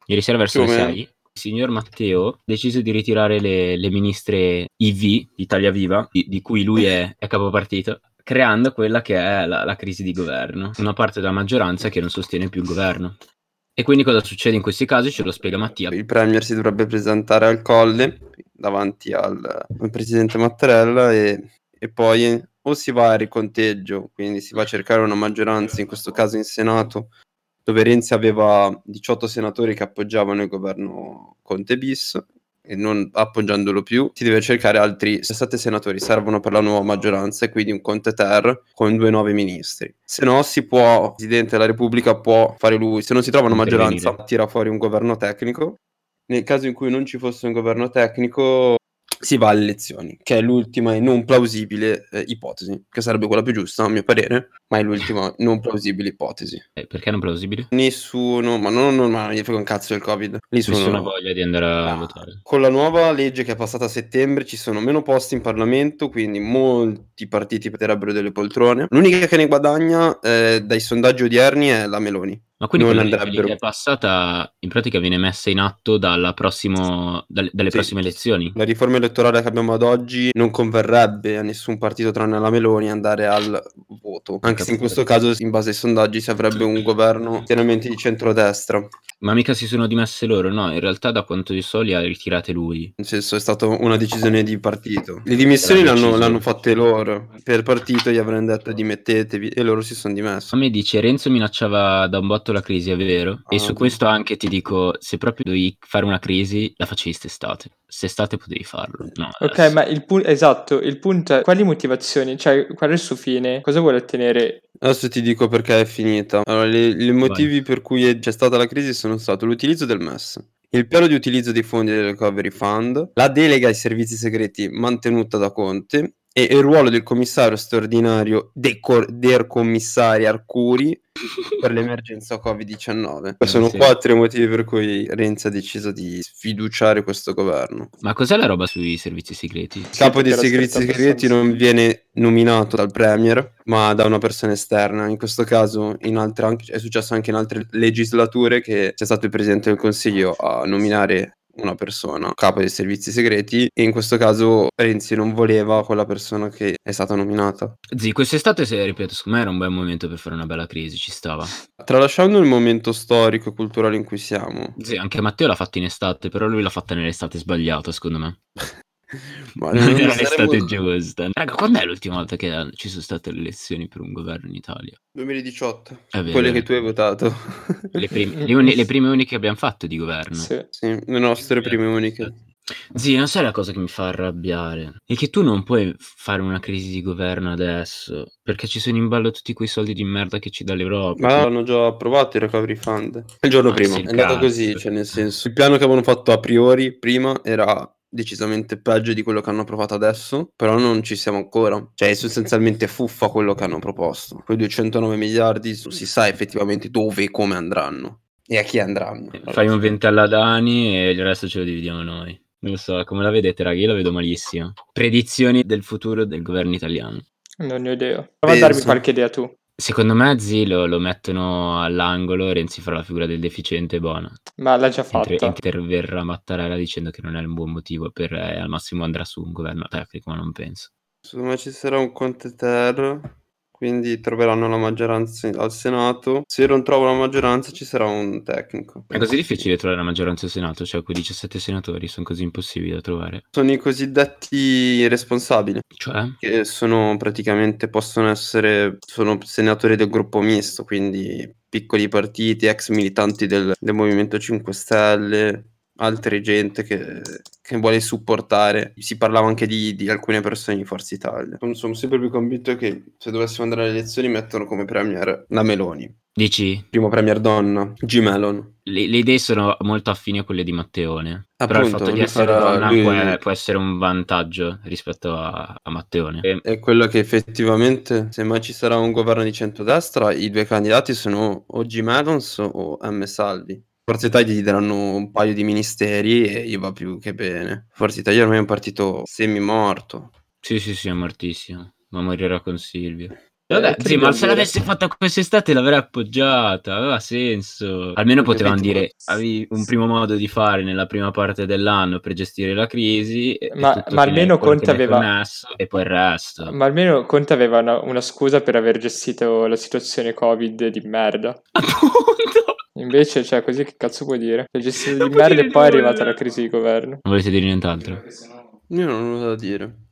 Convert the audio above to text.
Ieri sera verso Più o le meno. 6, il signor Matteo decise di ritirare le ministre IV, Italia Viva, di cui lui è capopartito, creando quella che è la crisi di governo. Una parte della maggioranza che non sostiene più il governo. E quindi cosa succede in questi casi? Ce lo spiega Mattia. Il Premier si dovrebbe presentare al Colle davanti al presidente Mattarella e poi o si va a riconteggio, quindi si va a cercare una maggioranza, in questo caso in Senato, dove Renzi aveva 18 senatori che appoggiavano il governo Conte bis e non appoggiandolo più, si deve cercare altri 7 senatori, servono per la nuova maggioranza e quindi un Conte ter con 2 nuovi ministri. Se no si può, il Presidente della Repubblica può fare lui, se non si trova una maggioranza Intervenire. tira fuori un governo tecnico, nel caso in cui non ci fosse un governo tecnico si va alle elezioni, che è l'ultima e non plausibile ipotesi, che sarebbe quella più giusta a mio parere, ma è l'ultima non plausibile ipotesi. Perché non plausibile? Nessuno, ma non gli frega un cazzo del Covid. Nessuna Nessuno. voglia di andare a votare. Con la nuova legge che è passata a settembre ci sono meno posti in Parlamento, quindi molti partiti perderebbero delle poltrone. L'unica che ne guadagna dai sondaggi odierni è la Meloni. Ma quindi Non quella legge lì che andrebbero. è passata in pratica viene messa in atto dalle Sì. prossime elezioni? La riforma elettorale che abbiamo ad oggi non converrebbe a nessun partito tranne alla Meloni andare al voto, anche se in questo caso in base ai sondaggi si avrebbe un governo pienamente di centrodestra. Ma mica si sono dimesse loro, no, in realtà da quanto so li ha ritirate lui. Nel senso è stata una decisione di partito. Le dimissioni L'ha deciso. l'hanno fatte loro. Per partito gli avranno detto dimettetevi e loro si sono dimessi. A me dice Renzo minacciava da un botto la crisi, è vero? E su questo anche ti dico, se proprio dovevi fare una crisi, la facevi st'estate. St'estate potevi farlo. No, Ok, adesso. ma il punto è quali motivazioni, cioè qual è il suo fine? Cosa vuole ottenere? Adesso ti dico perché è finita. Allora, i motivi per cui c'è stata la crisi sono stato l'utilizzo del MES, il piano di utilizzo dei fondi del Recovery Fund, la delega ai servizi segreti mantenuta da Conte e il ruolo del commissario straordinario der commissario Arcuri per l'emergenza Covid-19. Sono Sì. 4 i motivi per cui Renzi ha deciso di sfiduciare questo governo. Ma cos'è la roba sui servizi segreti? Il capo dei perché era servizi scritto segreti abbastanza. non viene nominato dal Premier, ma da una persona esterna. In questo caso, è successo anche in altre legislature che c'è stato il Presidente del Consiglio a nominare una persona capo dei servizi segreti e in questo caso Renzi non voleva quella persona che è stata nominata. Zì, quest'estate, se ripeto, secondo me era un bel momento per fare una bella crisi, ci stava. Tralasciando il momento storico e culturale in cui siamo, Sì, anche Matteo l'ha fatto in estate, però lui l'ha fatta nell'estate sbagliata, secondo me. ma Non era saremo l'estate giusta. Raga, quando è l'ultima volta che ci sono state le elezioni per un governo in Italia? 2018, È vero, quelle è che vero. tu hai votato. Le prime uniche che abbiamo fatto di governo. Sì. Sì, le nostre prime uniche. Zì, non sai la cosa che mi fa arrabbiare? È che tu non puoi fare una crisi di governo adesso, perché ci sono in ballo tutti quei soldi di merda che ci dà l'Europa. Ma l'hanno già approvato il recovery fund il giorno Ma prima. sì, È andata cazzo. così, cioè nel senso, il piano che avevano fatto a priori prima era decisamente peggio di quello che hanno approvato adesso, però non ci siamo ancora. Cioè è sostanzialmente fuffa quello che hanno proposto. Quei 209 miliardi non si sa effettivamente dove e come andranno e a chi andranno. Fai un 20 alla Dani e il resto ce lo dividiamo noi. Non lo so, come la vedete, raga? Io la vedo malissimo. Predizioni del futuro del governo italiano. Non ne ho idea. Prova a darmi qualche idea tu. Secondo me Zì lo mettono all'angolo, Renzi farà la figura del deficiente e buono. Ma l'ha già fatta. Interverrà Mattarella dicendo che non è un buon motivo per al massimo andrà su un governo tecnico, ma non penso. Secondo me ci sarà un Conte ter, quindi troveranno la maggioranza al Senato. Se non trovano la maggioranza ci sarà un tecnico. È così difficile trovare la maggioranza al Senato, cioè quei 17 senatori sono così impossibili da trovare. Sono i cosiddetti responsabili, Cioè? che sono praticamente sono senatori del gruppo misto, quindi piccoli partiti, ex militanti del Movimento 5 Stelle, altre gente che vuole supportare. Si parlava anche di alcune persone di Forza Italia. Sono sempre più convinto che se dovessimo andare alle elezioni mettono come premier la Meloni. Dici? Primo premier donna, G. Melon. Le idee sono molto affini a quelle di Matteone. Però il Appunto, fatto di lui essere farà donna lui può essere un vantaggio rispetto a Matteone. è quello che effettivamente, se mai ci sarà un governo di centrodestra, i due candidati sono o G. Melons o M. Salvi. Forza Italia gli daranno un paio di ministeri e gli va più che bene. Forza Italia ormai è un partito semi morto. Sì, è mortissimo. Ma morirà con Silvio. Vabbè, che sì, ma dobbiamo se dire? l'avesse fatta quest'estate l'avrei appoggiata, aveva senso. Almeno potevano dire, avevi un primo modo di fare nella prima parte dell'anno per gestire la crisi e Ma tutto fine almeno quello che Conte ne è aveva... connesso e poi il resto. Ma almeno Conte aveva una scusa per aver gestito la situazione Covid di merda. Appunto! Invece, cioè, così che cazzo puoi dire? Ha gestito di Non puoi merda dire e poi è arrivata nulla. la crisi di governo. Non volete dire nient'altro? Io non ho nulla da dire.